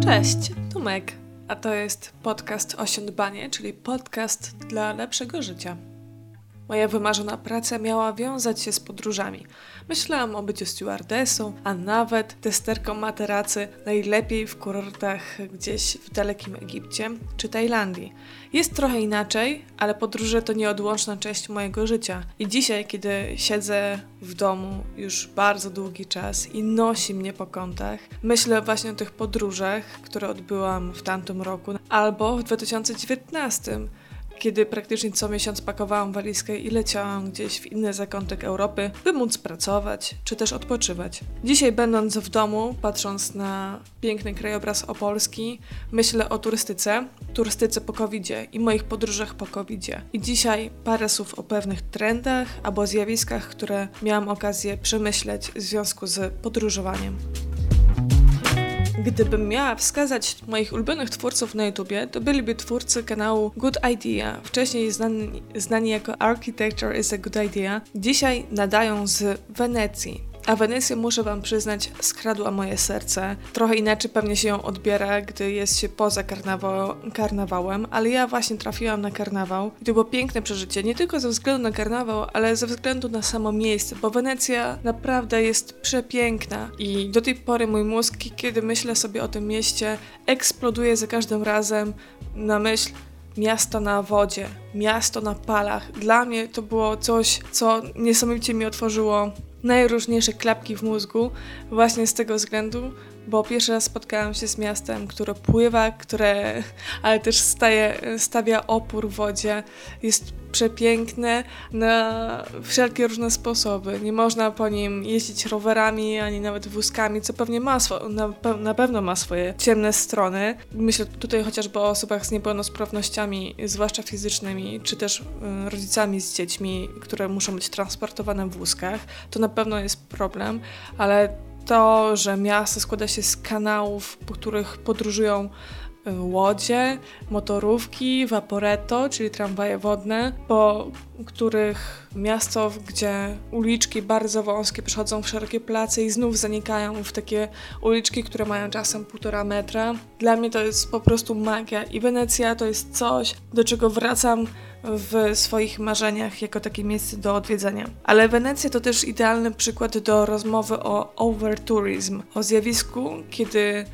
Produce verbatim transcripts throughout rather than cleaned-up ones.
Cześć, Tomek, a to jest podcast Osiądbanie, czyli podcast dla lepszego życia. Moja wymarzona praca miała wiązać się z podróżami. Myślałam o byciu stewardessą, a nawet testerką materacy, najlepiej w kurortach gdzieś w dalekim Egipcie czy Tajlandii. Jest trochę inaczej, ale podróże to nieodłączna część mojego życia. I dzisiaj, kiedy siedzę w domu już bardzo długi czas i nosi mnie po kątach, myślę właśnie o tych podróżach, które odbyłam w tamtym roku, albo w dwa tysiące dziewiętnastym, kiedy praktycznie co miesiąc pakowałam walizkę i leciałam gdzieś w inny zakątek Europy, by móc pracować, czy też odpoczywać. Dzisiaj, będąc w domu, patrząc na piękny krajobraz opolski, myślę o turystyce, turystyce po kowidzie i moich podróżach po kowidzie. I dzisiaj parę słów o pewnych trendach albo zjawiskach, które miałam okazję przemyśleć w związku z podróżowaniem. Gdybym miała wskazać moich ulubionych twórców na YouTubie, to byliby twórcy kanału Good Idea, wcześniej znani, znani jako Architecture is a Good Idea. Dzisiaj nadają z Wenecji. A Wenecję, muszę wam przyznać, skradła moje serce. Trochę inaczej pewnie się ją odbiera, gdy jest się poza karnawa- karnawałem, ale ja właśnie trafiłam na karnawał i to było piękne przeżycie, nie tylko ze względu na karnawał, ale ze względu na samo miejsce, bo Wenecja naprawdę jest przepiękna i do tej pory mój mózg, kiedy myślę sobie o tym mieście, eksploduje za każdym razem na myśl miasto na wodzie, miasto na palach. Dla mnie to było coś, co niesamowicie mi otworzyło najróżniejsze klapki w mózgu właśnie z tego względu, bo pierwszy raz spotkałam się z miastem, które pływa, które ale też staje, stawia opór w wodzie. Jest przepiękne na wszelkie różne sposoby. Nie można po nim jeździć rowerami, ani nawet wózkami, co pewnie ma swo- na, pe- na pewno ma swoje ciemne strony. Myślę tutaj chociażby o osobach z niepełnosprawnościami, zwłaszcza fizycznymi, czy też y, rodzicami z dziećmi, które muszą być transportowane w wózkach. To na pewno jest problem, ale to, że miasto składa się z kanałów, po których podróżują łodzie, motorówki, vaporetto, czyli tramwaje wodne, po których miasto, gdzie uliczki bardzo wąskie przechodzą w szerokie place i znów zanikają w takie uliczki, które mają czasem półtora metra. Dla mnie to jest po prostu magia i Wenecja to jest coś, do czego wracam w swoich marzeniach jako takie miejsce do odwiedzenia. Ale Wenecja to też idealny przykład do rozmowy o overtourism, o zjawisku, kiedy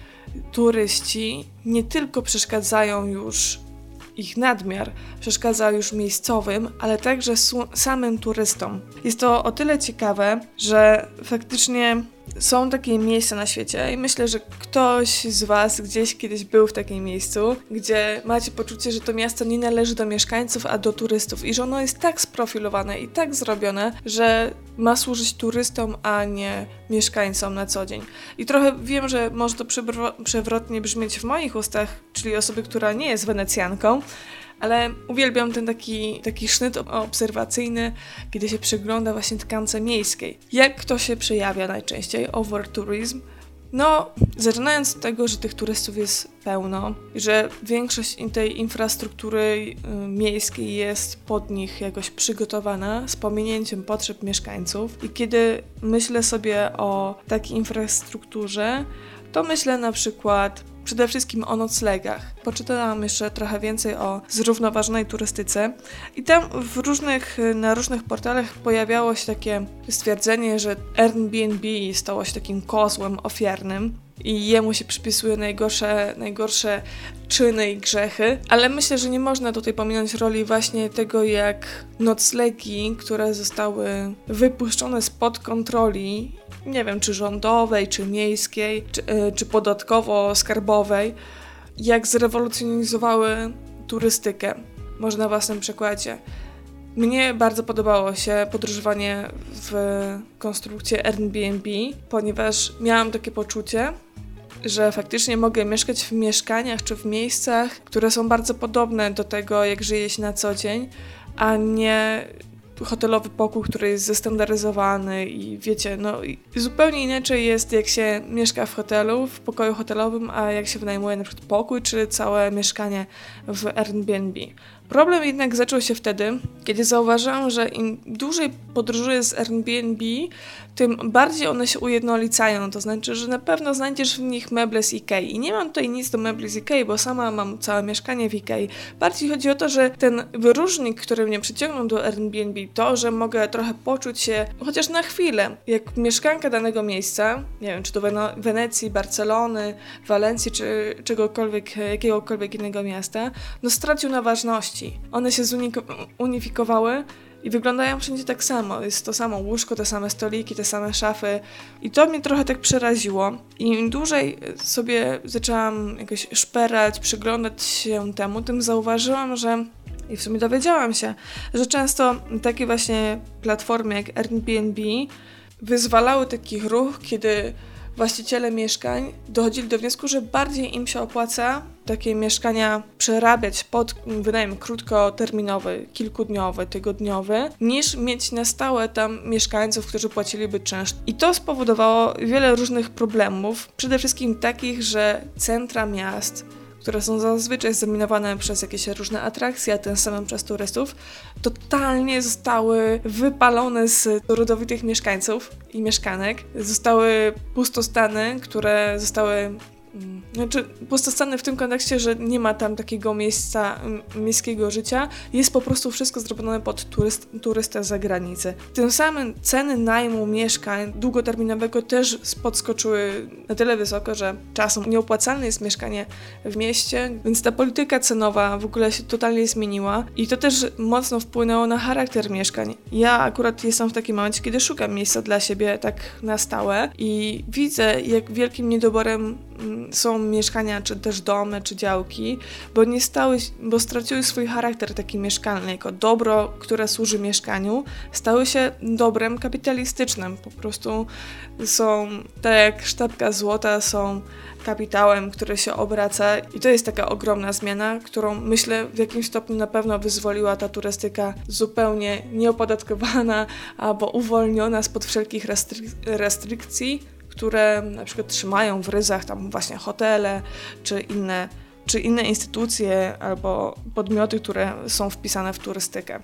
turyści nie tylko przeszkadzają już ich nadmiar, przeszkadza już miejscowym, ale także su- samym turystom. Jest to o tyle ciekawe, że faktycznie są takie miejsca na świecie i myślę, że ktoś z was gdzieś kiedyś był w takim miejscu, gdzie macie poczucie, że to miasto nie należy do mieszkańców, a do turystów i że ono jest tak sprofilowane i tak zrobione, że ma służyć turystom, a nie mieszkańcom na co dzień. I trochę wiem, że może to przewro- przewrotnie brzmieć w moich ustach, czyli osoby, która nie jest Wenecjanką, ale uwielbiam ten taki, taki sznyt obserwacyjny, kiedy się przygląda właśnie tkance miejskiej. Jak to się przejawia najczęściej? Overtourism? No, zaczynając od tego, że tych turystów jest pełno, że większość tej infrastruktury y, miejskiej jest pod nich jakoś przygotowana z pominięciem potrzeb mieszkańców. I kiedy myślę sobie o takiej infrastrukturze, to myślę na przykład przede wszystkim o noclegach. Poczytałam jeszcze trochę więcej o zrównoważonej turystyce i tam w różnych, na różnych portalach pojawiało się takie stwierdzenie, że Airbnb stało się takim kozłem ofiarnym i jemu się przypisuje najgorsze, najgorsze czyny i grzechy, ale myślę, że nie można tutaj pominąć roli właśnie tego, jak noclegi, które zostały wypuszczone spod kontroli, nie wiem, czy rządowej, czy miejskiej, czy, yy, czy podatkowo-skarbowej, jak zrewolucjonizowały turystykę. Może na własnym przykładzie. Mnie bardzo podobało się podróżowanie w konstrukcję Airbnb, ponieważ miałam takie poczucie, że faktycznie mogę mieszkać w mieszkaniach czy w miejscach, które są bardzo podobne do tego, jak żyje się na co dzień, a nie hotelowy pokój, który jest zestandaryzowany i wiecie, no i zupełnie inaczej jest, jak się mieszka w hotelu, w pokoju hotelowym, a jak się wynajmuje na przykład pokój czy całe mieszkanie w Airbnb. Problem jednak zaczął się wtedy, kiedy zauważyłam, że im dłużej podróżuję z Airbnb, tym bardziej one się ujednolicają, to znaczy, że na pewno znajdziesz w nich meble z Ikei. I nie mam tutaj nic do mebli z Ikei, bo sama mam całe mieszkanie w Ikei. Bardziej chodzi o to, że ten wyróżnik, który mnie przyciągnął do Airbnb, to, że mogę trochę poczuć się, chociaż na chwilę, jak mieszkanka danego miejsca, nie wiem, czy to Weno- Wenecji, Barcelony, Walencji, czy czegokolwiek, jakiegokolwiek innego miasta, no stracił na ważności. One się zunifikowały i wyglądają wszędzie tak samo. Jest to samo łóżko, te same stoliki, te same szafy. I to mnie trochę tak przeraziło. I im dłużej sobie zaczęłam jakoś szperać, przyglądać się temu, tym zauważyłam, że i w sumie dowiedziałam się, że często takie właśnie platformy jak Airbnb wyzwalały taki ruch, kiedy właściciele mieszkań dochodzili do wniosku, że bardziej im się opłaca takie mieszkania przerabiać pod wynajem krótkoterminowy, kilkudniowy, tygodniowy, niż mieć na stałe tam mieszkańców, którzy płaciliby czynsz. I to spowodowało wiele różnych problemów, przede wszystkim takich, że centra miast, które są zazwyczaj zdominowane przez jakieś różne atrakcje, a tym samym przez turystów, totalnie zostały wypalone z rodowitych mieszkańców i mieszkanek. Zostały pustostany, które zostały... Znaczy, pustostany w tym kontekście, że nie ma tam takiego miejsca miejskiego życia, jest po prostu wszystko zrobione pod turyst, turystę z zagranicy. Tym samym ceny najmu mieszkań długoterminowego też podskoczyły na tyle wysoko, że czasem nieopłacalne jest mieszkanie w mieście, więc ta polityka cenowa w ogóle się totalnie zmieniła i to też mocno wpłynęło na charakter mieszkań. Ja akurat jestem w takim momencie, kiedy szukam miejsca dla siebie tak na stałe i widzę, jak wielkim niedoborem są mieszkania, czy też domy, czy działki, bo nie stały, bo straciły swój charakter taki mieszkalny, jako dobro, które służy mieszkaniu, stały się dobrem kapitalistycznym. Po prostu są, tak jak sztabka złota, są kapitałem, który się obraca i to jest taka ogromna zmiana, którą myślę w jakimś stopniu na pewno wyzwoliła ta turystyka zupełnie nieopodatkowana albo uwolniona spod wszelkich restryk- restrykcji, które na przykład trzymają w ryzach tam właśnie hotele, czy inne, czy inne instytucje albo podmioty, które są wpisane w turystykę.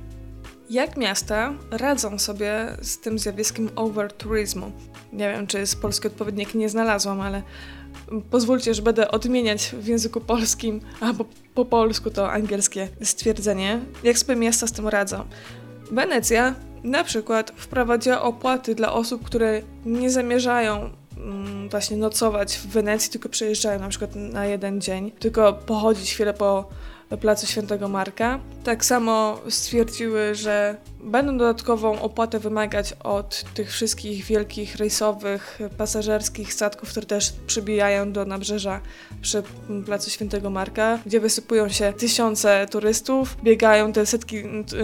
Jak miasta radzą sobie z tym zjawiskiem overtouryzmu? Nie wiem, czy jest polski odpowiednik, nie znalazłam, ale pozwólcie, że będę odmieniać w języku polskim, albo po polsku to angielskie stwierdzenie. Jak sobie miasta z tym radzą? Wenecja na przykład wprowadziła opłaty dla osób, które nie zamierzają mm, właśnie nocować w Wenecji, tylko przyjeżdżają na przykład na jeden dzień, tylko pochodzić chwilę po placu Świętego Marka. Tak samo stwierdziły, że będą dodatkową opłatę wymagać od tych wszystkich wielkich rejsowych, pasażerskich statków, które też przybijają do nabrzeża przy placu Świętego Marka, gdzie wysypują się tysiące turystów, biegają te setki,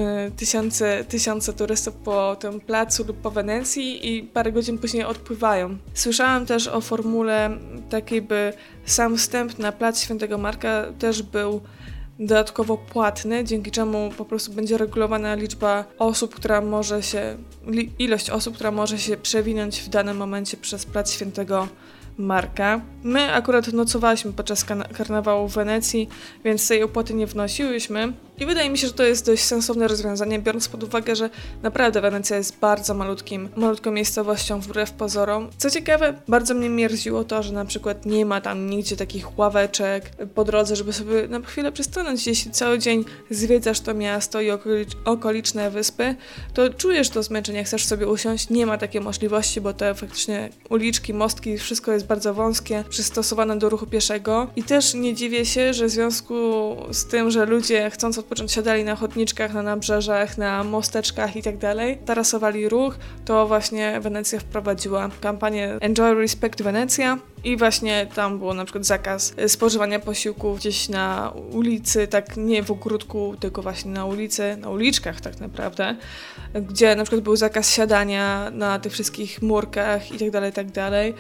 tysiące, tysiące turystów po tym placu lub po Wenecji i parę godzin później odpływają. Słyszałam też o formule takiej, by sam wstęp na plac Świętego Marka też był dodatkowo płatny, dzięki czemu po prostu będzie regulowana liczba osób, która może się, ilość osób, która może się przewinąć w danym momencie przez plac Świętego Marka. My akurat nocowaliśmy podczas karnawału w Wenecji, więc tej opłaty nie wnosiłyśmy i wydaje mi się, że to jest dość sensowne rozwiązanie, biorąc pod uwagę, że naprawdę Wenecja jest bardzo malutkim, malutką miejscowością wbrew pozorom. Co ciekawe, bardzo mnie mierziło to, że na przykład nie ma tam nigdzie takich ławeczek po drodze, żeby sobie na chwilę przystanąć. Jeśli cały dzień zwiedzasz to miasto i okolicz- okoliczne wyspy, to czujesz to zmęczenie, chcesz sobie usiąść, nie ma takiej możliwości, bo te faktycznie uliczki, mostki, wszystko jest bardzo wąskie, przystosowane do ruchu pieszego i też nie dziwię się, że w związku z tym, że ludzie chcąc odpocząć siadali na chodniczkach, na nabrzeżach, na mosteczkach i tak dalej, tarasowali ruch, to właśnie Wenecja wprowadziła kampanię Enjoy Respect Wenecja i właśnie tam było na przykład zakaz spożywania posiłków gdzieś na ulicy, tak nie w ogródku, tylko właśnie na ulicy, na uliczkach tak naprawdę, gdzie na przykład był zakaz siadania na tych wszystkich murkach i tak dalej, tak dalej.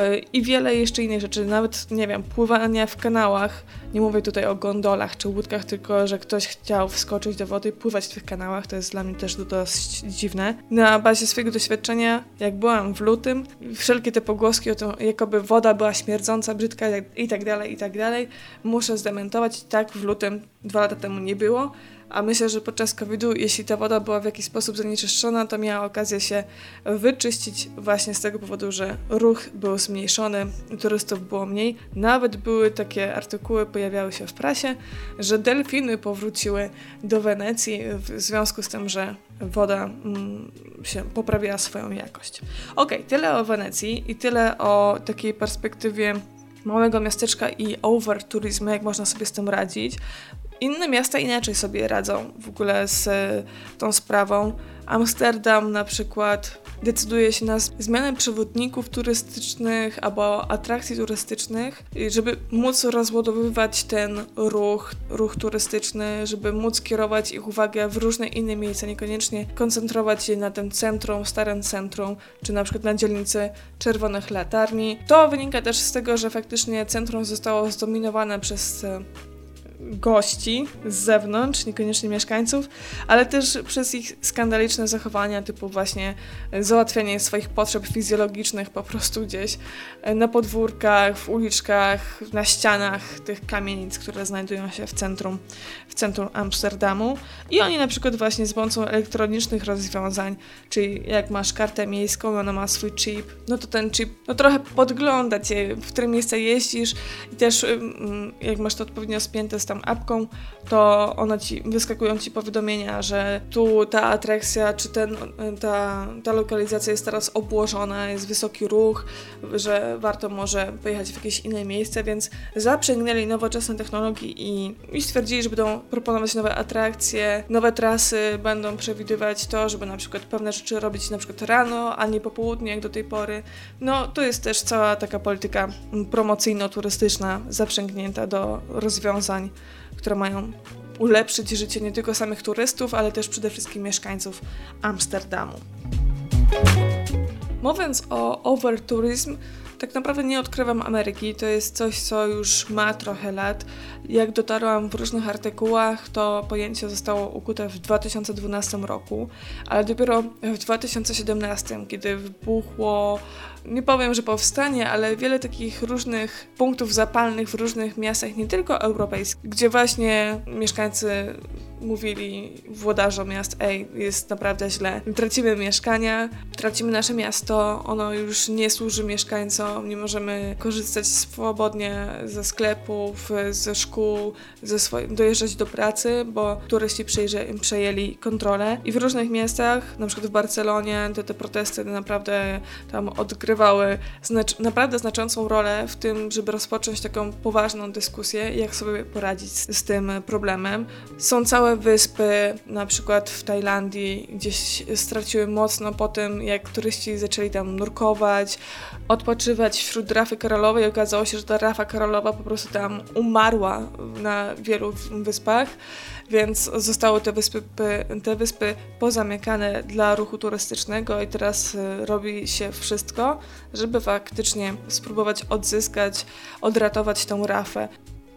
I wiele jeszcze innych rzeczy, nawet, nie wiem, pływania w kanałach, nie mówię tutaj o gondolach czy łódkach, tylko że ktoś chciał wskoczyć do wody i pływać w tych kanałach, to jest dla mnie też dość dziwne. Na bazie swojego doświadczenia, jak byłam w lutym, wszelkie te pogłoski o tym, jakoby woda woda była śmierdząca, brzydka i tak dalej, i tak dalej. Muszę zdementować, tak w lutym dwa lata temu nie było, a myślę, że podczas kowida, jeśli ta woda była w jakiś sposób zanieczyszczona, to miała okazję się wyczyścić właśnie z tego powodu, że ruch był zmniejszony, turystów było mniej. Nawet były takie artykuły, pojawiały się w prasie, że delfiny powróciły do Wenecji w związku z tym, że woda mm, się poprawiała swoją jakość. Okej, okay, tyle o Wenecji i tyle o takiej perspektywie małego miasteczka i overturizmu, jak można sobie z tym radzić. Inne miasta inaczej sobie radzą w ogóle z tą sprawą. Amsterdam na przykład decyduje się na zmianę przewodników turystycznych albo atrakcji turystycznych, żeby móc rozładowywać ten ruch, ruch turystyczny, żeby móc kierować ich uwagę w różne inne miejsca, niekoniecznie koncentrować się na tym centrum, starym centrum, czy na przykład na dzielnicy Czerwonych Latarni. To wynika też z tego, że faktycznie centrum zostało zdominowane przez gości z zewnątrz, niekoniecznie mieszkańców, ale też przez ich skandaliczne zachowania, typu właśnie załatwianie swoich potrzeb fizjologicznych po prostu gdzieś na podwórkach, w uliczkach, na ścianach tych kamienic, które znajdują się w centrum, w centrum Amsterdamu. I oni na przykład właśnie z pomocą elektronicznych rozwiązań, czyli jak masz kartę miejską, ona ma swój chip, no to ten chip no trochę podgląda cię, w które miejsce jeździsz i też jak masz to odpowiednio spięte z tą apką, to ona ci, wyskakują ci powiadomienia, że tu ta atrakcja, czy ten, ta, ta lokalizacja jest teraz obłożona, jest wysoki ruch, że warto może pojechać w jakieś inne miejsce, więc zaprzęgnęli nowoczesne technologie i, i stwierdzili, że będą proponować nowe atrakcje, nowe trasy, będą przewidywać to, żeby na przykład pewne rzeczy robić na przykład rano, a nie po południu, jak do tej pory. No, to jest też cała taka polityka promocyjno-turystyczna zaprzęgnięta do rozwiązań, które mają ulepszyć życie nie tylko samych turystów, ale też przede wszystkim mieszkańców Amsterdamu. Mówiąc o overtourism, tak naprawdę nie odkrywam Ameryki, to jest coś, co już ma trochę lat. Jak dotarłam w różnych artykułach, to pojęcie zostało ukute w dwa tysiące dwunastym roku, ale dopiero w dwa tysiące siedemnastym, kiedy wybuchło, nie powiem, że powstanie, ale wiele takich różnych punktów zapalnych w różnych miastach, nie tylko europejskich, gdzie właśnie mieszkańcy mówili włodarzom miast, ej, jest naprawdę źle, tracimy mieszkania, tracimy nasze miasto, ono już nie służy mieszkańcom, nie możemy korzystać swobodnie ze sklepów, ze szkół, ze swo- dojeżdżać do pracy, bo turyści przejrze- przejęli kontrolę i w różnych miastach, na przykład w Barcelonie, te, te protesty naprawdę tam odgrywały znac- naprawdę znaczącą rolę w tym, żeby rozpocząć taką poważną dyskusję, jak sobie poradzić z, z tym problemem. Są całe wyspy, na przykład w Tajlandii, gdzieś straciły mocno po tym, jak turyści zaczęli tam nurkować, odpoczywać wśród rafy koralowej. Okazało się, że ta rafa koralowa po prostu tam umarła na wielu wyspach, więc zostały te wyspy, te wyspy pozamykane dla ruchu turystycznego i teraz robi się wszystko, żeby faktycznie spróbować odzyskać, odratować tą rafę.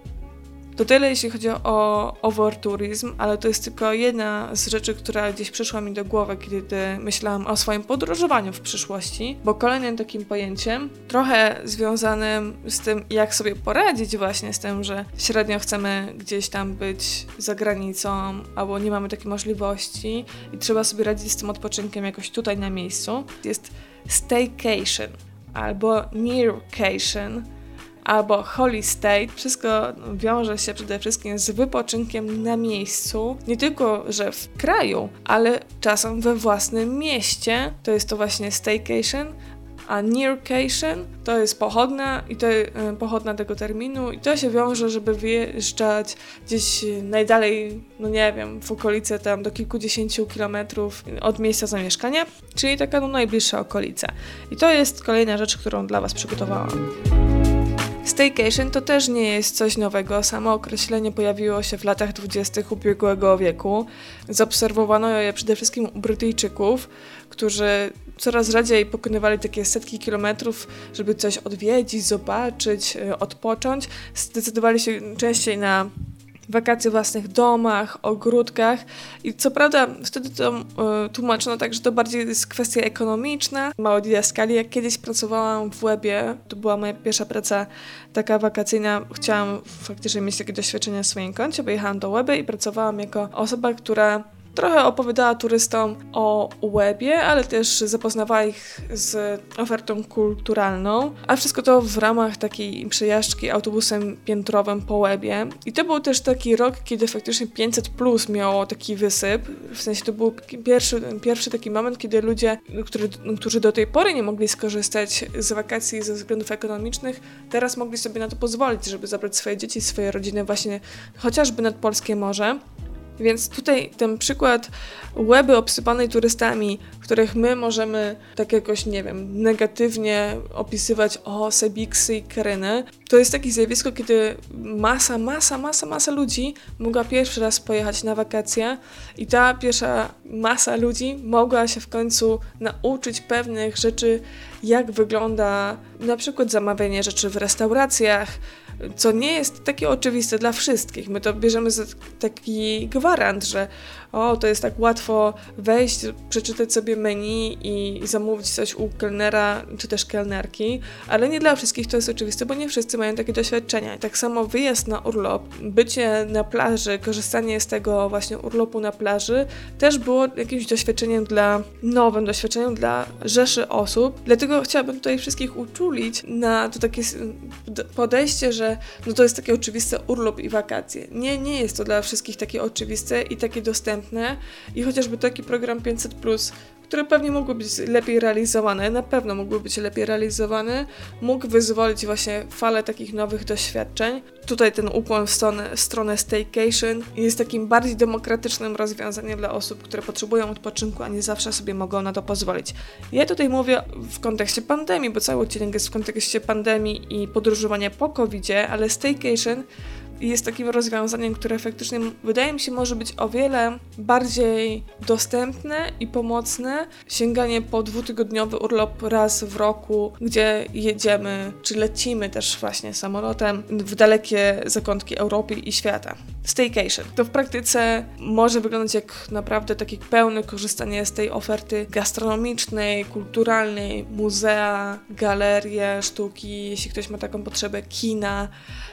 To tyle, jeśli chodzi o overtourism, ale to jest tylko jedna z rzeczy, która gdzieś przyszła mi do głowy, kiedy myślałam o swoim podróżowaniu w przyszłości, bo kolejnym takim pojęciem, trochę związanym z tym, jak sobie poradzić właśnie z tym, że średnio chcemy gdzieś tam być za granicą, albo nie mamy takiej możliwości i trzeba sobie radzić z tym odpoczynkiem jakoś tutaj na miejscu, jest staycation albo nearcation, albo holy stay. Wszystko wiąże się przede wszystkim z wypoczynkiem na miejscu, nie tylko, że w kraju, ale czasem we własnym mieście. To jest to właśnie staycation, a nearcation to jest pochodna i to pochodna tego terminu i to się wiąże, żeby wyjeżdżać gdzieś najdalej, no nie wiem, w okolice tam do kilkudziesięciu kilometrów od miejsca zamieszkania, czyli taka no najbliższa okolica. I to jest kolejna rzecz, którą dla Was przygotowałam. Staycation to też nie jest coś nowego, samo określenie pojawiło się w latach dwudziestych ubiegłego wieku. Zaobserwowano je przede wszystkim u Brytyjczyków, którzy coraz rzadziej pokonywali takie setki kilometrów, żeby coś odwiedzić, zobaczyć, odpocząć. Zdecydowali się częściej na wakacje w własnych domach, ogródkach i co prawda wtedy to y, tłumaczono tak, że to bardziej jest kwestia ekonomiczna, mało didaskali. Jak kiedyś pracowałam w webie, to była moja pierwsza praca taka wakacyjna, chciałam faktycznie mieć takie doświadczenie na swoim koncie, bo jechałam do weby i pracowałam jako osoba, która trochę opowiadała turystom o webie, ale też zapoznawała ich z ofertą kulturalną, a wszystko to w ramach takiej przejażdżki autobusem piętrowym po webie. I to był też taki rok, kiedy faktycznie pięćset plus miało taki wysyp, w sensie to był pierwszy, pierwszy taki moment, kiedy ludzie, którzy, którzy do tej pory nie mogli skorzystać z wakacji ze względów ekonomicznych, teraz mogli sobie na to pozwolić, żeby zabrać swoje dzieci, swoje rodziny właśnie chociażby nad polskie morze. Więc tutaj ten przykład weby obsypanej turystami, których my możemy tak jakoś, nie wiem, negatywnie opisywać, o, Sebiksy i Karyny, to jest takie zjawisko, kiedy masa, masa, masa, masa ludzi mogła pierwszy raz pojechać na wakacje i ta pierwsza masa ludzi mogła się w końcu nauczyć pewnych rzeczy, jak wygląda na przykład zamawianie rzeczy w restauracjach, co nie jest takie oczywiste dla wszystkich. My to bierzemy za taki gwarant, że o, to jest tak łatwo wejść, przeczytać sobie menu i zamówić coś u kelnera czy też kelnerki, ale nie dla wszystkich to jest oczywiste, bo nie wszyscy mają takie doświadczenia. I tak samo wyjazd na urlop, bycie na plaży, korzystanie z tego właśnie urlopu na plaży też było jakimś doświadczeniem dla, nowym doświadczeniem dla rzeszy osób. Dlatego chciałabym tutaj wszystkich uczulić na to takie podejście, że no to jest takie oczywiste urlop i wakacje. Nie, nie jest to dla wszystkich takie oczywiste i takie dostępne i chociażby taki program pięćset plus, które pewnie mogły być lepiej realizowane, na pewno mogły być lepiej realizowane, mógł wyzwolić właśnie falę takich nowych doświadczeń. Tutaj ten ukłon w stronę, w stronę staycation jest takim bardziej demokratycznym rozwiązaniem dla osób, które potrzebują odpoczynku, a nie zawsze sobie mogą na to pozwolić. Ja tutaj mówię w kontekście pandemii, bo cały odcinek jest w kontekście pandemii i podróżowania po kowidzie, ale staycation jest takim rozwiązaniem, które faktycznie wydaje mi się może być o wiele bardziej dostępne i pomocne. Sięganie po dwutygodniowy urlop raz w roku, gdzie jedziemy, czy lecimy też właśnie samolotem w dalekie zakątki Europy i świata. Staycation. To w praktyce może wyglądać jak naprawdę takie pełne korzystanie z tej oferty gastronomicznej, kulturalnej, muzea, galerie, sztuki, jeśli ktoś ma taką potrzebę, kina.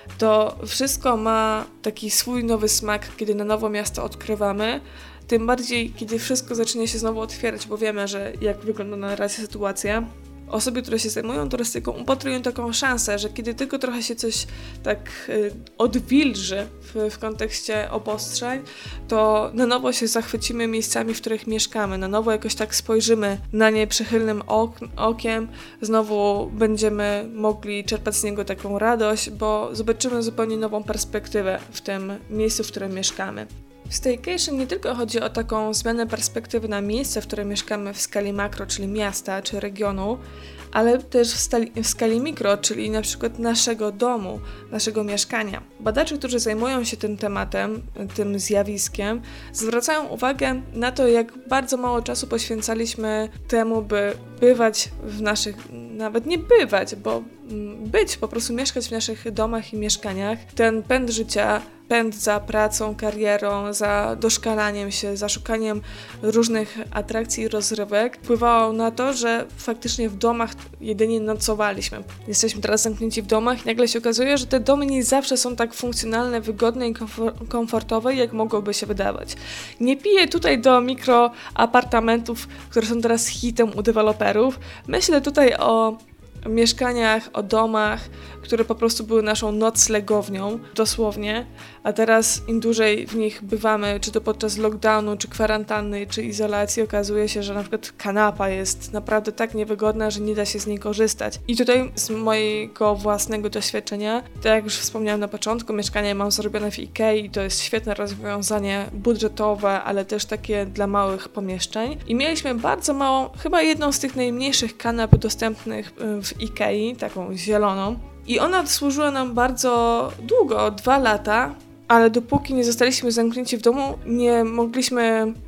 To wszystko ma taki swój nowy smak, kiedy na nowo miasto odkrywamy, tym bardziej, kiedy wszystko zaczyna się znowu otwierać, bo wiemy, że jak wygląda na razie sytuacja. Osoby, które się zajmują turystyką, upatrują taką szansę, że kiedy tylko trochę się coś tak y, odwilży w, w kontekście obostrzeń, to na nowo się zachwycimy miejscami, w których mieszkamy, na nowo jakoś tak spojrzymy na nie przychylnym ok- okiem, znowu będziemy mogli czerpać z niego taką radość, bo zobaczymy zupełnie nową perspektywę w tym miejscu, w którym mieszkamy. W staycation nie tylko chodzi o taką zmianę perspektywy na miejsce, w którym mieszkamy w skali makro, czyli miasta czy regionu, ale też w, stali, w skali mikro, czyli na przykład naszego domu, naszego mieszkania. Badacze, którzy zajmują się tym tematem, tym zjawiskiem, zwracają uwagę na to, jak bardzo mało czasu poświęcaliśmy temu, by bywać w naszych, nawet nie bywać, bo być, po prostu mieszkać w naszych domach i mieszkaniach. Ten pęd życia, pęd za pracą, karierą, za doszkalaniem się, za szukaniem różnych atrakcji i rozrywek wpływało na to, że faktycznie w domach jedynie nocowaliśmy. Jesteśmy teraz zamknięci w domach i nagle się okazuje, że te domy nie zawsze są tak funkcjonalne, wygodne i komfortowe, jak mogłoby się wydawać. Nie piję tutaj do mikroapartamentów, które są teraz hitem u deweloperów. Myślę tutaj o mieszkaniach, o domach, które po prostu były naszą noclegownią, dosłownie, a teraz im dłużej w nich bywamy, czy to podczas lockdownu, czy kwarantanny, czy izolacji, okazuje się, że na przykład kanapa jest naprawdę tak niewygodna, że nie da się z niej korzystać. I tutaj z mojego własnego doświadczenia, tak jak już wspomniałam na początku, mieszkanie mam zrobione w Ikei i to jest świetne rozwiązanie budżetowe, ale też takie dla małych pomieszczeń. I mieliśmy bardzo małą, chyba jedną z tych najmniejszych kanap dostępnych w Ikei, taką zieloną. I ona służyła nam bardzo długo, dwa lata, ale dopóki nie zostaliśmy zamknięci w domu, nie mogliśmy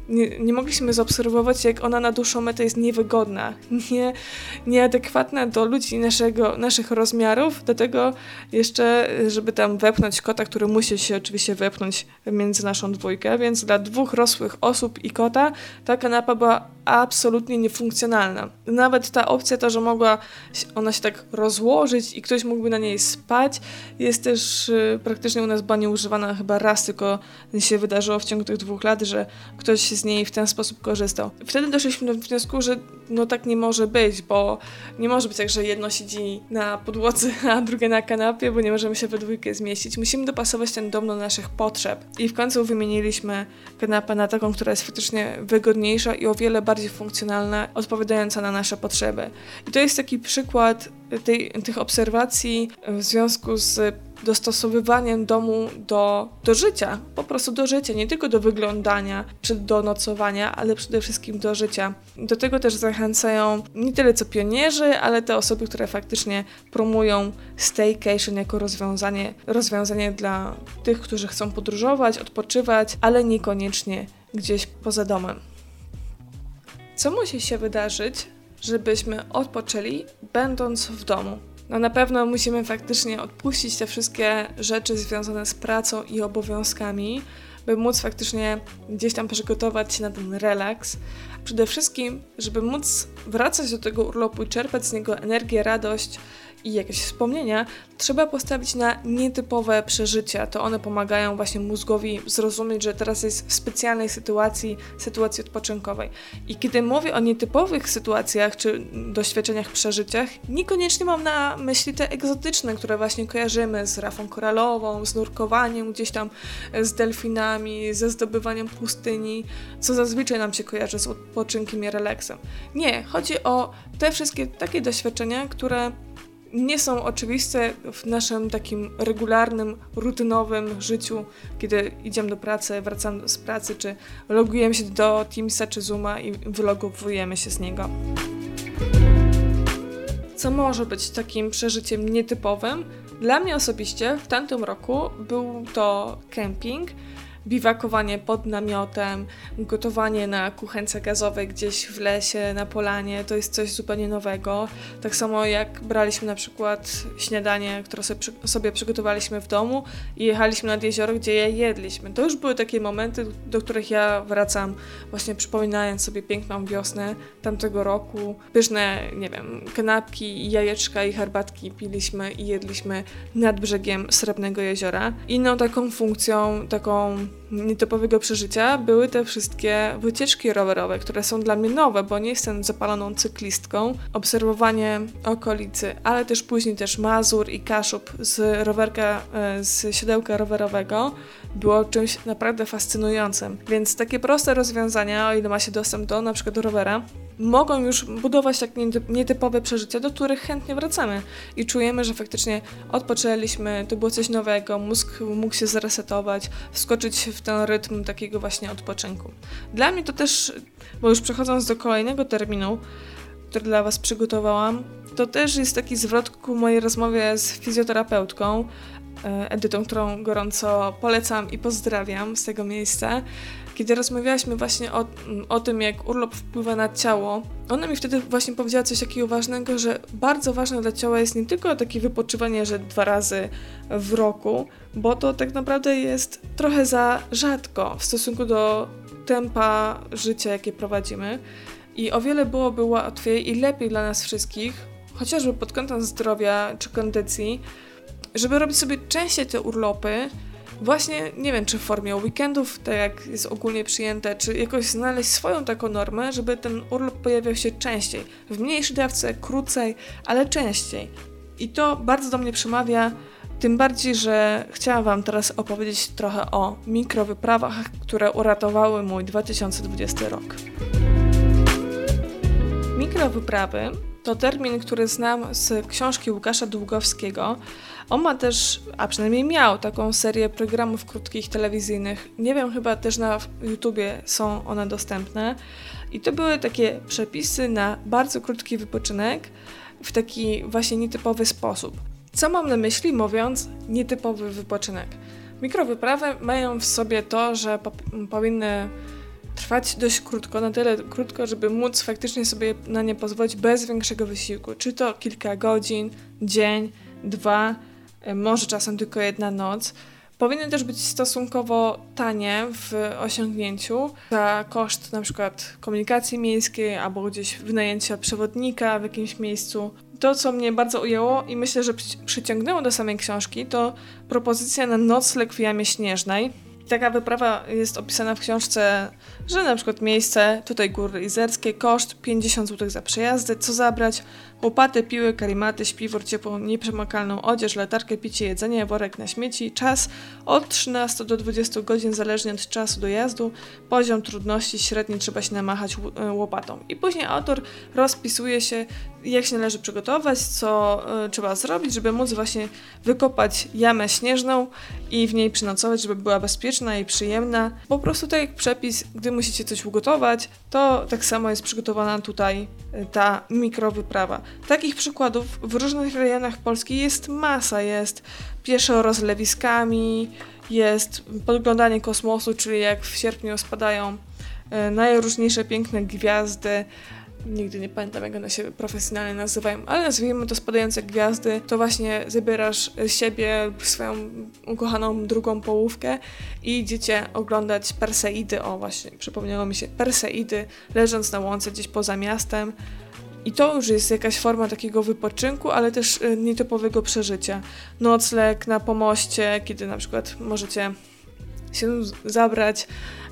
nie, nie mogliśmy zaobserwować, jak ona na dłuższą metę jest niewygodna, nie, nieadekwatna do ludzi naszego, naszych rozmiarów, do tego jeszcze, żeby tam wepchnąć kota, który musi się oczywiście wepchnąć między naszą dwójkę, więc dla dwóch rosłych osób i kota ta kanapa była absolutnie niefunkcjonalna. Nawet ta opcja to, że mogła ona się tak rozłożyć i ktoś mógłby na niej spać, jest też y, praktycznie u nas była nieużywana chyba raz, tylko się wydarzyło w ciągu tych dwóch lat, że ktoś z niej w ten sposób korzystał. Wtedy doszliśmy do wniosku, że no tak nie może być, bo nie może być tak, że jedno siedzi na podłodze, a drugie na kanapie, bo nie możemy się we dwójkę zmieścić. Musimy dopasować ten dom do naszych potrzeb. I w końcu wymieniliśmy kanapę na taką, która jest faktycznie wygodniejsza i o wiele bardziej funkcjonalna, odpowiadająca na nasze potrzeby. I to jest taki przykład tej, tych obserwacji w związku z dostosowywaniem domu do, do życia, po prostu do życia, nie tylko do wyglądania czy do nocowania, ale przede wszystkim do życia. Do tego też zachęcają nie tyle co pionierzy, ale te osoby, które faktycznie promują staycation jako rozwiązanie, rozwiązanie dla tych, którzy chcą podróżować, odpoczywać, ale niekoniecznie gdzieś poza domem. Co musi się wydarzyć, żebyśmy odpoczęli, będąc w domu? No na pewno musimy faktycznie odpuścić te wszystkie rzeczy związane z pracą i obowiązkami, by móc faktycznie gdzieś tam przygotować się na ten relaks. Przede wszystkim, żeby móc wracać do tego urlopu i czerpać z niego energię, radość i jakieś wspomnienia, trzeba postawić na nietypowe przeżycia. To one pomagają właśnie mózgowi zrozumieć, że teraz jest w specjalnej sytuacji, sytuacji odpoczynkowej. I kiedy mówię o nietypowych sytuacjach czy doświadczeniach, przeżyciach, niekoniecznie mam na myśli te egzotyczne, które właśnie kojarzymy z rafą koralową, z nurkowaniem gdzieś tam z delfinami, ze zdobywaniem pustyni, co zazwyczaj nam się kojarzy z odpoczynkiem i relaksem. Nie, chodzi o te wszystkie takie doświadczenia, które nie są oczywiste w naszym takim regularnym, rutynowym życiu, kiedy idziemy do pracy, wracamy z pracy, czy logujemy się do Teamsa czy Zooma i wylogowujemy się z niego. Co może być takim przeżyciem nietypowym? Dla mnie osobiście w tamtym roku był to kemping, biwakowanie pod namiotem, gotowanie na kuchence gazowej gdzieś w lesie, na polanie, to jest coś zupełnie nowego. Tak samo jak braliśmy na przykład śniadanie, które sobie, przy, sobie przygotowaliśmy w domu i jechaliśmy nad jezioro, gdzie je jedliśmy. To już były takie momenty, do których ja wracam, właśnie przypominając sobie piękną wiosnę tamtego roku. Pyszne, nie wiem, kanapki, jajeczka i herbatki piliśmy i jedliśmy nad brzegiem Srebrnego Jeziora. Inną taką funkcją, taką nietypowego przeżycia były te wszystkie wycieczki rowerowe, które są dla mnie nowe, bo nie jestem zapaloną cyklistką. Obserwowanie okolicy, ale też później też Mazur i Kaszub z rowerka, z siodełka rowerowego było czymś naprawdę fascynującym. Więc takie proste rozwiązania, o ile ma się dostęp do na przykład do rowera, mogą już budować tak nietypowe przeżycia, do których chętnie wracamy i czujemy, że faktycznie odpoczęliśmy, to było coś nowego, mózg mógł się zresetować, wskoczyć w ten rytm takiego właśnie odpoczynku. Dla mnie to też, bo już przechodząc do kolejnego terminu, który dla Was przygotowałam, to też jest taki zwrot ku mojej rozmowie z fizjoterapeutką Edytą, którą gorąco polecam i pozdrawiam z tego miejsca. Kiedy rozmawiałyśmy właśnie o, o tym, jak urlop wpływa na ciało, ona mi wtedy właśnie powiedziała coś takiego ważnego, że bardzo ważne dla ciała jest nie tylko takie wypoczywanie, że dwa razy w roku, bo to tak naprawdę jest trochę za rzadko w stosunku do tempa życia, jakie prowadzimy. I o wiele byłoby łatwiej i lepiej dla nas wszystkich, chociażby pod kątem zdrowia czy kondycji, żeby robić sobie częściej te urlopy, właśnie, nie wiem, czy w formie weekendów, tak jak jest ogólnie przyjęte, czy jakoś znaleźć swoją taką normę, żeby ten urlop pojawiał się częściej, w mniejszej dawce, krócej, ale częściej. I to bardzo do mnie przemawia, tym bardziej, że chciałam Wam teraz opowiedzieć trochę o mikrowyprawach, które uratowały mój dwa tysiące dwudziesty rok. Mikrowyprawy to termin, który znam z książki Łukasza Długowskiego. On ma też, a przynajmniej miał, taką serię programów krótkich telewizyjnych. Nie wiem, chyba też na YouTubie są one dostępne. I to były takie przepisy na bardzo krótki wypoczynek w taki właśnie nietypowy sposób. Co mam na myśli, mówiąc nietypowy wypoczynek? Mikrowyprawy mają w sobie to, że po- powinny trwać dość krótko, na tyle krótko, żeby móc faktycznie sobie na nie pozwolić bez większego wysiłku. Czy to kilka godzin, dzień, dwa, może czasem tylko jedna noc. Powinny też być stosunkowo tanie w osiągnięciu za koszt na przykład komunikacji miejskiej albo gdzieś wynajęcia przewodnika w jakimś miejscu. To, co mnie bardzo ujęło i myślę, że przyciągnęło do samej książki, to propozycja na nocleg w Jamie Śnieżnej. Taka wyprawa jest opisana w książce, że na przykład miejsce, tutaj Góry Izerskie, koszt pięćdziesiąt złotych za przejazdy, co zabrać, łopaty, piły, karimaty, śpiwór, ciepłą, nieprzemakalną odzież, latarkę, picie, jedzenie, worek na śmieci, czas od trzynastu do dwudziestu godzin, zależnie od czasu dojazdu, poziom trudności średni, trzeba się namachać łopatą. I później autor rozpisuje się, jak się należy przygotować, co y, trzeba zrobić, żeby móc właśnie wykopać jamę śnieżną i w niej przynocować, żeby była bezpieczna i przyjemna. Po prostu tak jak przepis, gdy musicie coś ugotować, to tak samo jest przygotowana tutaj y, ta mikrowyprawa. Takich przykładów w różnych rejonach Polski jest masa. Jest pieszo rozlewiskami, jest podglądanie kosmosu, czyli jak w sierpniu spadają y, najróżniejsze piękne gwiazdy. Nigdy nie pamiętam, jak one się profesjonalnie nazywają, ale nazwijmy to spadające gwiazdy, to właśnie zabierasz siebie, swoją ukochaną drugą połówkę i idziecie oglądać Perseidy, o właśnie, przypomniało mi się, Perseidy, leżąc na łące gdzieś poza miastem. I to już jest jakaś forma takiego wypoczynku, ale też nietypowego przeżycia. Nocleg na pomoście, kiedy na przykład możecie się zabrać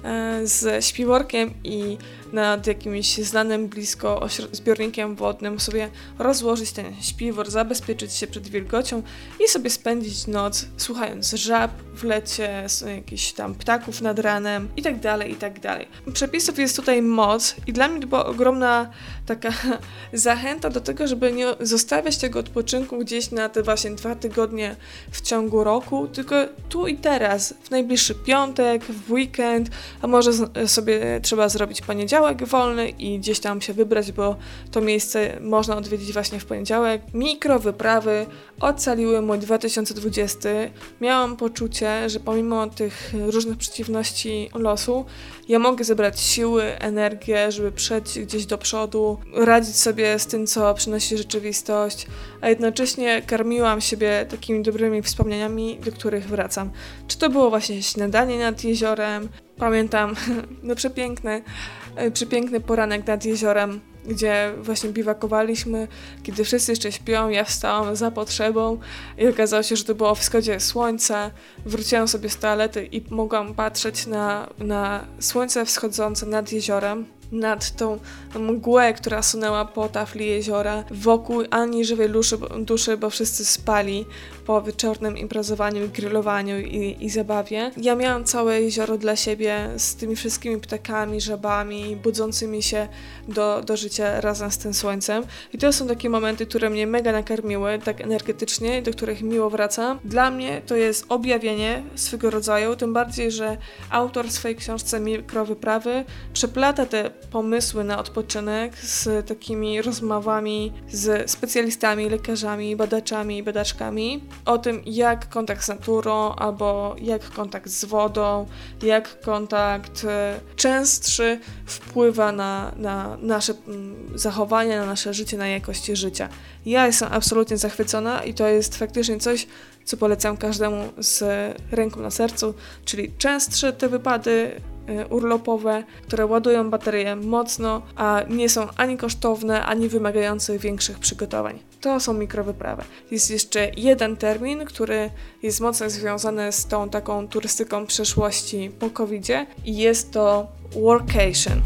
z śpiworkiem i nad jakimś znanym blisko zbiornikiem wodnym sobie rozłożyć ten śpiwór, zabezpieczyć się przed wilgocią i sobie spędzić noc słuchając żab w lecie, jakichś tam ptaków nad ranem i tak dalej, i tak dalej. Przepisów jest tutaj moc i dla mnie to była ogromna taka zachęta do tego, żeby nie zostawiać tego odpoczynku gdzieś na te właśnie dwa tygodnie w ciągu roku, tylko tu i teraz, w najbliższy piątek, w weekend, a może sobie trzeba zrobić poniedziałek wolny i gdzieś tam się wybrać, bo to miejsce można odwiedzić właśnie w poniedziałek. Mikrowyprawy ocaliły mój dwa tysiące dwudziesty. Miałam poczucie, że pomimo tych różnych przeciwności losu, ja mogę zebrać siły, energię, żeby przejść gdzieś do przodu, radzić sobie z tym, co przynosi rzeczywistość, a jednocześnie karmiłam siebie takimi dobrymi wspomnieniami, do których wracam. Czy to było właśnie śniadanie nad jeziorem, pamiętam, no przepiękny, przepiękny poranek nad jeziorem, gdzie właśnie biwakowaliśmy, kiedy wszyscy jeszcze śpią, ja wstałam za potrzebą i okazało się, że to było o wschodzie słońca. Wróciłam sobie z toalety i mogłam patrzeć na, na słońce wschodzące nad jeziorem, nad tą mgłę, która sunęła po tafli jeziora. Wokół ani żywej duszy, duszy, bo wszyscy spali po wieczornym imprezowaniu, grillowaniu i, i zabawie. Ja miałam całe jezioro dla siebie z tymi wszystkimi ptakami, żabami, budzącymi się do, do życia razem z tym słońcem. I to są takie momenty, które mnie mega nakarmiły, tak energetycznie, do których miło wracam. Dla mnie to jest objawienie swego rodzaju, tym bardziej, że autor w swojej książce Mikrowyprawy przeplata te pomysły na odpoczynek z takimi rozmowami z specjalistami, lekarzami, badaczami i badaczkami o tym, jak kontakt z naturą albo jak kontakt z wodą, jak kontakt częstszy wpływa na, na nasze zachowania, na nasze życie, na jakość życia. Ja jestem absolutnie zachwycona i to jest faktycznie coś, co polecam każdemu z ręką na sercu, czyli częstsze te wypady urlopowe, które ładują baterię mocno, a nie są ani kosztowne, ani wymagające większych przygotowań. To są mikrowyprawy. Jest jeszcze jeden termin, który jest mocno związany z tą taką turystyką przeszłości po kowidzie i jest to workation.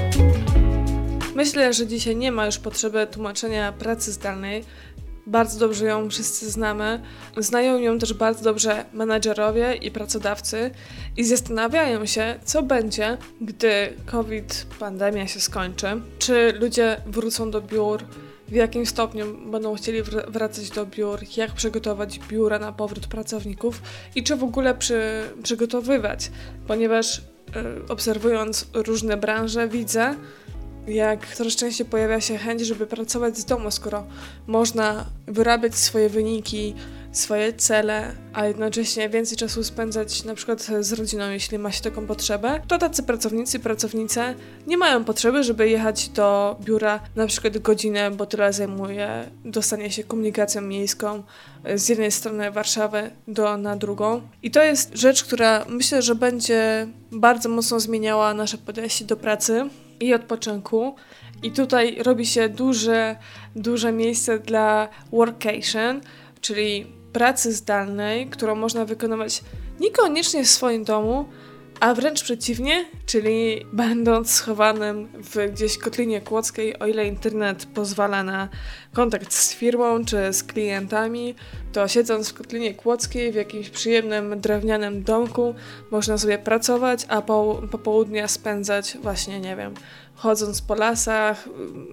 Myślę, że dzisiaj nie ma już potrzeby tłumaczenia pracy zdalnej. Bardzo dobrze ją wszyscy znamy. Znają ją też bardzo dobrze menadżerowie i pracodawcy i zastanawiają się, co będzie, gdy COVID, pandemia się skończy. Czy ludzie wrócą do biur, w jakim stopniu będą chcieli wr- wracać do biur, jak przygotować biura na powrót pracowników i czy w ogóle przy, przygotowywać, ponieważ y, obserwując różne branże widzę, jak coraz częściej pojawia się chęć, żeby pracować z domu, skoro można wyrabiać swoje wyniki swoje cele, a jednocześnie więcej czasu spędzać na przykład z rodziną, jeśli ma się taką potrzebę, to tacy pracownicy, pracownice nie mają potrzeby, żeby jechać do biura na przykład godzinę, bo tyle zajmuje dostanie się komunikacją miejską z jednej strony Warszawy do, na drugą. I to jest rzecz, która myślę, że będzie bardzo mocno zmieniała nasze podejście do pracy i odpoczynku. I tutaj robi się duże, duże miejsce dla workation, czyli pracy zdalnej, którą można wykonywać niekoniecznie w swoim domu, a wręcz przeciwnie, czyli będąc schowanym w gdzieś kotlinie kłodzkiej, o ile internet pozwala na kontakt z firmą czy z klientami, to siedząc w kotlinie kłodzkiej w jakimś przyjemnym drewnianym domku można sobie pracować, a po, popołudnia spędzać właśnie, nie wiem, chodząc po lasach,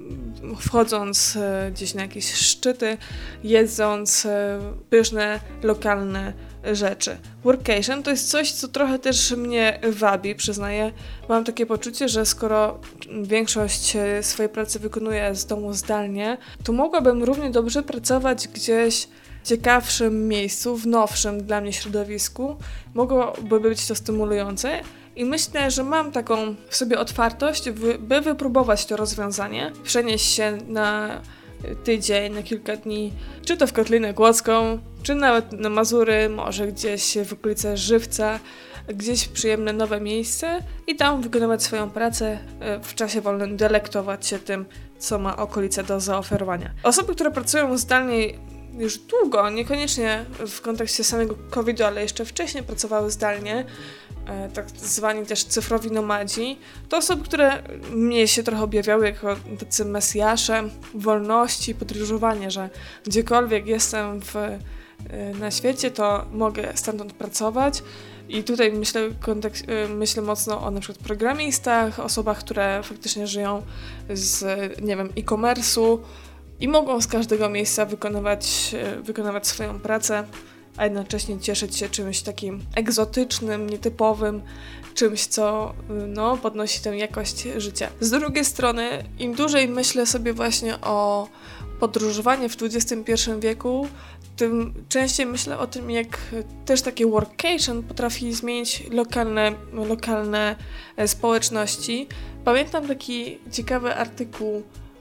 wchodząc gdzieś na jakieś szczyty, jedząc pyszne, lokalne rzeczy. Workation to jest coś, co trochę też mnie wabi, przyznaję. Mam takie poczucie, że skoro większość swojej pracy wykonuję z domu zdalnie, to mogłabym równie dobrze pracować gdzieś w ciekawszym miejscu, w nowszym dla mnie środowisku. Mogłoby być to stymulujące i myślę, że mam taką w sobie otwartość, by wypróbować to rozwiązanie, przenieść się na tydzień, na kilka dni, czy to w Kotlinę Kłodzką, czy nawet na Mazury, może gdzieś w okolice Żywca, gdzieś przyjemne nowe miejsce i tam wykonywać swoją pracę w czasie wolnym, delektować się tym, co ma okolice do zaoferowania. Osoby, które pracują zdalnie już długo, niekoniecznie w kontekście samego kowida, ale jeszcze wcześniej pracowały zdalnie, tak zwani też cyfrowi nomadzi, to osoby, które mnie się trochę objawiały jako tacy mesjasze wolności, podróżowania, że gdziekolwiek jestem w, na świecie, to mogę stamtąd pracować. I tutaj myślę, kontekst, myślę mocno o na przykład programistach, osobach, które faktycznie żyją z, nie wiem, e-commerce'u i mogą z każdego miejsca wykonywać, wykonywać swoją pracę, a jednocześnie cieszyć się czymś takim egzotycznym, nietypowym, czymś, co no, podnosi tę jakość życia. Z drugiej strony, im dłużej myślę sobie właśnie o podróżowaniu w dwudziestym pierwszym wieku, tym częściej myślę o tym, jak też takie workation potrafi zmienić lokalne, lokalne społeczności. Pamiętam taki ciekawy artykuł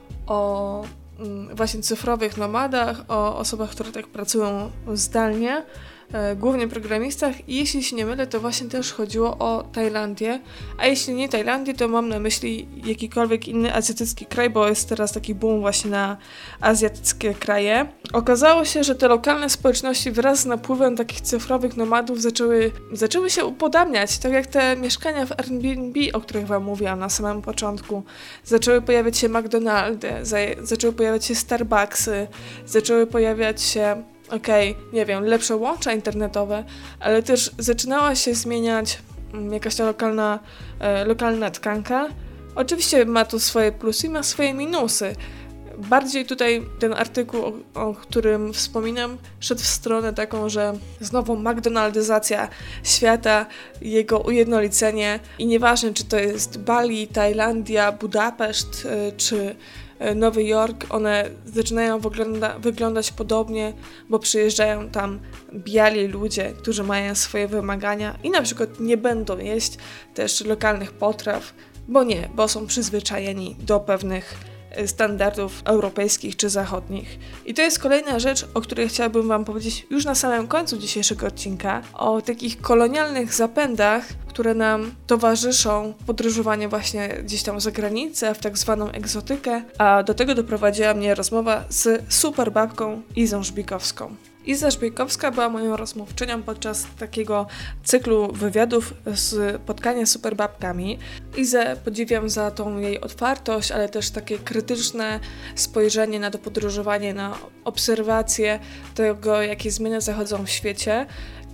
o właśnie cyfrowych nomadach, o osobach, które tak pracują zdalnie, e, głównie programistach i jeśli się nie mylę, to właśnie też chodziło o Tajlandię, a jeśli nie Tajlandię, to mam na myśli jakikolwiek inny azjatycki kraj, bo jest teraz taki boom właśnie na azjatyckie kraje. Okazało się, że te lokalne społeczności wraz z napływem takich cyfrowych nomadów zaczęły, zaczęły się upodabniać, tak jak te mieszkania w Airbnb, o których wam mówiłam na samym początku. Zaczęły pojawiać się McDonaldy, za, zaczęły pojawiać się Starbucksy, zaczęły pojawiać się okej, okay, nie wiem, lepsze łącza internetowe, ale też zaczynała się zmieniać um, jakaś ta lokalna, e, lokalna tkanka. Oczywiście ma tu swoje plusy i ma swoje minusy. Bardziej tutaj ten artykuł, o, o którym wspominam, szedł w stronę taką, że znowu McDonaldyzacja świata, jego ujednolicenie i nieważne, czy to jest Bali, Tajlandia, Budapeszt, y, czy Nowy Jork, one zaczynają wygląda, wyglądać podobnie, bo przyjeżdżają tam biali ludzie, którzy mają swoje wymagania i na przykład nie będą jeść też lokalnych potraw, bo nie, bo są przyzwyczajeni do pewnych standardów europejskich czy zachodnich. I to jest kolejna rzecz, o której chciałabym wam powiedzieć już na samym końcu dzisiejszego odcinka, o takich kolonialnych zapędach, które nam towarzyszą w podróżowaniu właśnie gdzieś tam za granicę, w tak zwaną egzotykę, a do tego doprowadziła mnie rozmowa z superbabką Izą Żbikowską. Iza Żbikowska była moją rozmówczynią podczas takiego cyklu wywiadów z spotkania z superbabkami. Izę podziwiam za tą jej otwartość, ale też takie krytyczne spojrzenie na to podróżowanie, na obserwację tego, jakie zmiany zachodzą w świecie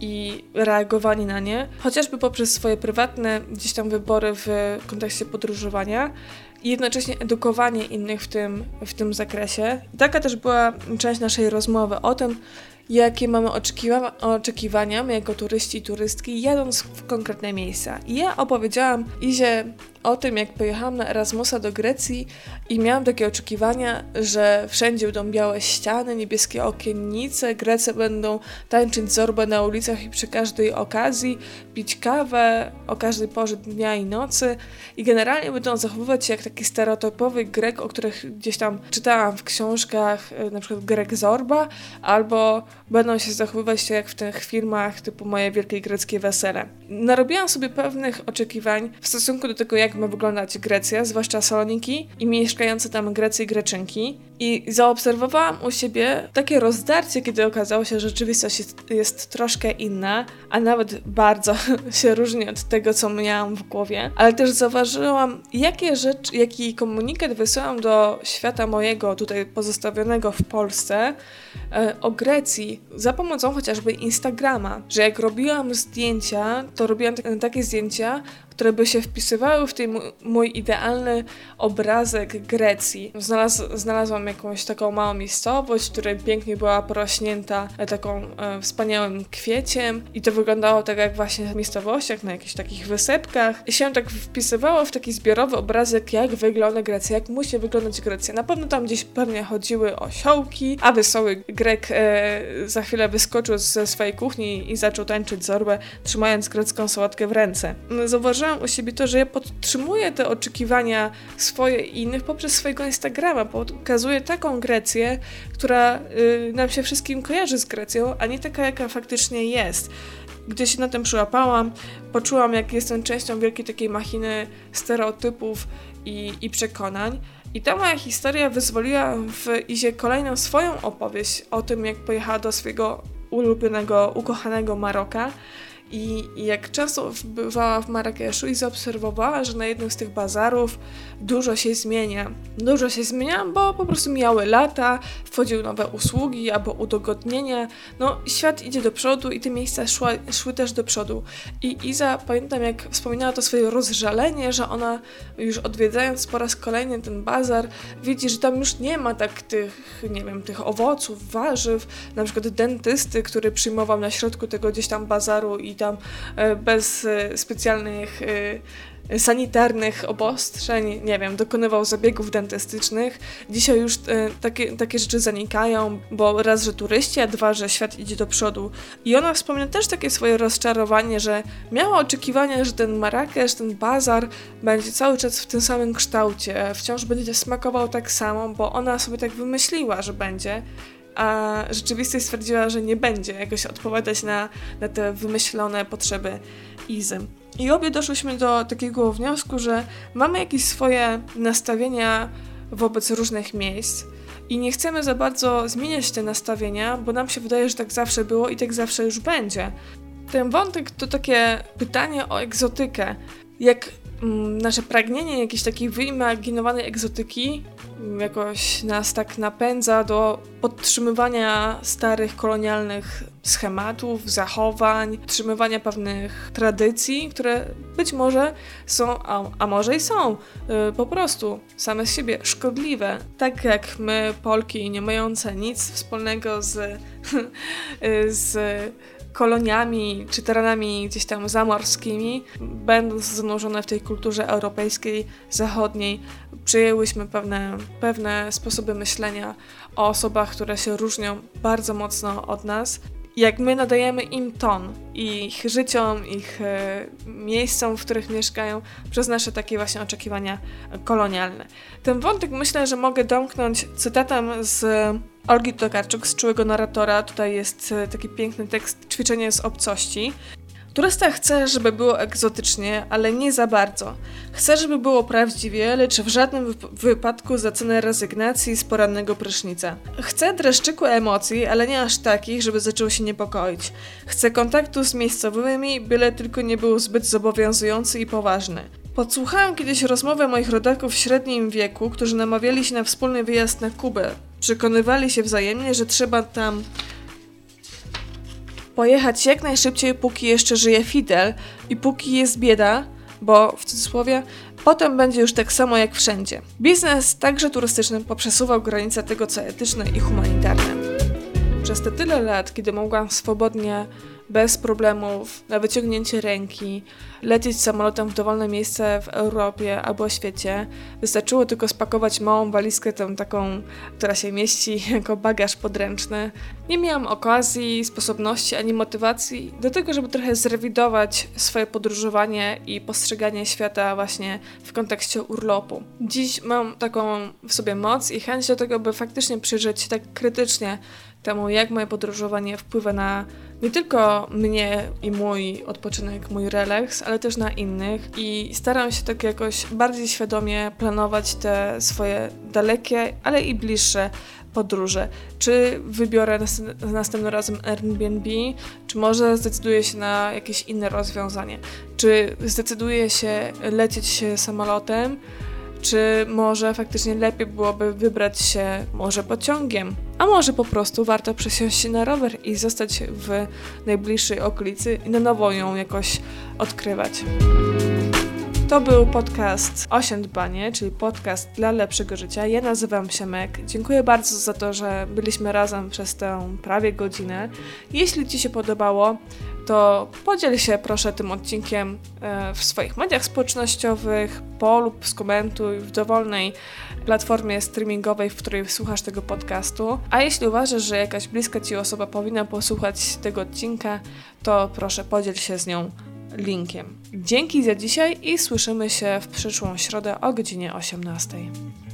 i reagowanie na nie, chociażby poprzez swoje prywatne gdzieś tam wybory w kontekście podróżowania i jednocześnie edukowanie innych w tym, w tym zakresie. Taka też była część naszej rozmowy o tym, jakie mamy oczekiwa- oczekiwania my jako turyści i turystki jadąc w konkretne miejsca. I ja opowiedziałam Izie o tym, jak pojechałam na Erasmusa do Grecji i miałam takie oczekiwania, że wszędzie będą białe ściany, niebieskie okiennice, Grecy będą tańczyć zorbę na ulicach i przy każdej okazji, pić kawę o każdej porze dnia i nocy i generalnie będą zachowywać się jak taki stereotypowy Grek, o których gdzieś tam czytałam w książkach, na przykład Grek Zorba, albo będą się zachowywać się jak w tych filmach typu Moje Wielkie Greckie Wesele. Narobiłam sobie pewnych oczekiwań w stosunku do tego, jak ma wyglądać Grecja, zwłaszcza Saloniki i mieszkające tam Grecy i Greczynki. I zaobserwowałam u siebie takie rozdarcie, kiedy okazało się, że rzeczywistość jest, jest troszkę inna, a nawet bardzo się różni od tego, co miałam w głowie. Ale też zauważyłam, jakie rzeczy, jaki komunikat wysyłam do świata mojego, tutaj pozostawionego w Polsce, e, o Grecji za pomocą chociażby Instagrama. Że jak robiłam zdjęcia, to robiłam t- takie zdjęcia, które by się wpisywały w ten mój idealny obrazek Grecji. Znalaz, znalazłam jakąś taką małą miejscowość, w której pięknie była porośnięta taką e, wspaniałym kwieciem i to wyglądało tak jak właśnie w miejscowościach, na jakichś takich wysepkach. I się tak wpisywało w taki zbiorowy obrazek, jak wygląda Grecja, jak musi wyglądać Grecja. Na pewno tam gdzieś pewnie chodziły osiołki, a wesoły Grek e, za chwilę wyskoczył ze swojej kuchni i zaczął tańczyć zorbę, trzymając grecką sałatkę w ręce. Zauważyłam u siebie to, że ja podtrzymuję te oczekiwania swoje i innych poprzez swojego Instagrama. Pokazuję taką Grecję, która y, nam się wszystkim kojarzy z Grecją, a nie taka, jaka faktycznie jest. Gdzie się na tym przyłapałam, poczułam, jak jestem częścią wielkiej takiej machiny stereotypów i, i przekonań. I ta moja historia wyzwoliła w Izie kolejną swoją opowieść o tym, jak pojechała do swojego ulubionego, ukochanego Maroka. I, I jak często bywała w Marrakeszu i zaobserwowała, że na jednym z tych bazarów dużo się zmienia. Dużo się zmienia, bo po prostu mijały lata, wchodziły nowe usługi albo udogodnienia. No, świat idzie do przodu i te miejsca szła, szły też do przodu. I Iza, pamiętam jak wspominała to swoje rozżalenie, że ona już odwiedzając po raz kolejny ten bazar, widzi, że tam już nie ma tak tych, nie wiem, tych owoców, warzyw, na przykład dentysty, który przyjmował na środku tego gdzieś tam bazaru i tam bez specjalnych sanitarnych obostrzeń, nie wiem, dokonywał zabiegów dentystycznych. Dzisiaj już takie, takie rzeczy zanikają, bo raz, że turyści, a dwa, że świat idzie do przodu. I ona wspomina też takie swoje rozczarowanie, że miała oczekiwania, że ten Marrakesz, ten bazar będzie cały czas w tym samym kształcie, wciąż będzie smakował tak samo, bo ona sobie tak wymyśliła, że będzie, a rzeczywistość stwierdziła, że nie będzie jakoś odpowiadać na, na te wymyślone potrzeby Izy. I obie doszłyśmy do takiego wniosku, że mamy jakieś swoje nastawienia wobec różnych miejsc i nie chcemy za bardzo zmieniać te nastawienia, bo nam się wydaje, że tak zawsze było i tak zawsze już będzie. Ten wątek to takie pytanie o egzotykę. Jak mm, nasze pragnienie jakiejś takiej wyimaginowanej egzotyki jakoś nas tak napędza do podtrzymywania starych kolonialnych schematów, zachowań, podtrzymywania pewnych tradycji, które być może są, a, a może i są yy, po prostu same z siebie szkodliwe. Tak jak my, Polki, nie mające nic wspólnego z, z koloniami czy terenami gdzieś tam zamorskimi, będąc zanurzone w tej kulturze europejskiej, zachodniej, przyjęłyśmy pewne, pewne sposoby myślenia o osobach, które się różnią bardzo mocno od nas. Jak my nadajemy im ton, ich życiom, ich e, miejscom, w których mieszkają, przez nasze takie właśnie oczekiwania kolonialne. Ten wątek myślę, że mogę domknąć cytatem z Olgi Tokarczuk, z Czułego Narratora. Tutaj jest taki piękny tekst Ćwiczenie z obcości. Turysta chce, żeby było egzotycznie, ale nie za bardzo. Chce, żeby było prawdziwie, lecz w żadnym wyp- wypadku za cenę rezygnacji z porannego prysznica. Chce dreszczyku emocji, ale nie aż takich, żeby zaczął się niepokoić. Chce kontaktu z miejscowymi, byle tylko nie był zbyt zobowiązujący i poważny. Podsłuchałem kiedyś rozmowę moich rodaków w średnim wieku, którzy namawiali się na wspólny wyjazd na Kubę. Przekonywali się wzajemnie, że trzeba tam pojechać jak najszybciej, póki jeszcze żyje Fidel i póki jest bieda, bo w cudzysłowie potem będzie już tak samo jak wszędzie. Biznes, także turystyczny, poprzesuwał granice tego, co etyczne i humanitarne. Przez te tyle lat, kiedy mogłam swobodnie bez problemów, na wyciągnięcie ręki, lecieć samolotem w dowolne miejsce w Europie albo świecie. Wystarczyło tylko spakować małą walizkę, tą taką, która się mieści jako bagaż podręczny. Nie miałam okazji, sposobności ani motywacji do tego, żeby trochę zrewidować swoje podróżowanie i postrzeganie świata właśnie w kontekście urlopu. Dziś mam taką w sobie moc i chęć do tego, by faktycznie przyjrzeć się tak krytycznie temu, jak moje podróżowanie wpływa na nie tylko mnie i mój odpoczynek, mój relaks, ale też na innych i staram się tak jakoś bardziej świadomie planować te swoje dalekie, ale i bliższe podróże. Czy wybiorę nas- następnym razem Airbnb, czy może zdecyduję się na jakieś inne rozwiązanie? Czy zdecyduję się lecieć się samolotem, czy może faktycznie lepiej byłoby wybrać się może pociągiem, a może po prostu warto przesiąść się na rower i zostać w najbliższej okolicy i na nowo ją jakoś odkrywać. To był podcast osiem Dbanie, czyli podcast dla lepszego życia. Ja nazywam się Meg. Dziękuję bardzo za to, że byliśmy razem przez tę prawie godzinę. Jeśli Ci się podobało, to podziel się proszę tym odcinkiem w swoich mediach społecznościowych, polub, skomentuj w dowolnej platformie streamingowej, w której słuchasz tego podcastu. A jeśli uważasz, że jakaś bliska Ci osoba powinna posłuchać tego odcinka, to proszę podziel się z nią linkiem. Dzięki za dzisiaj i słyszymy się w przyszłą środę o godzinie osiemnastej.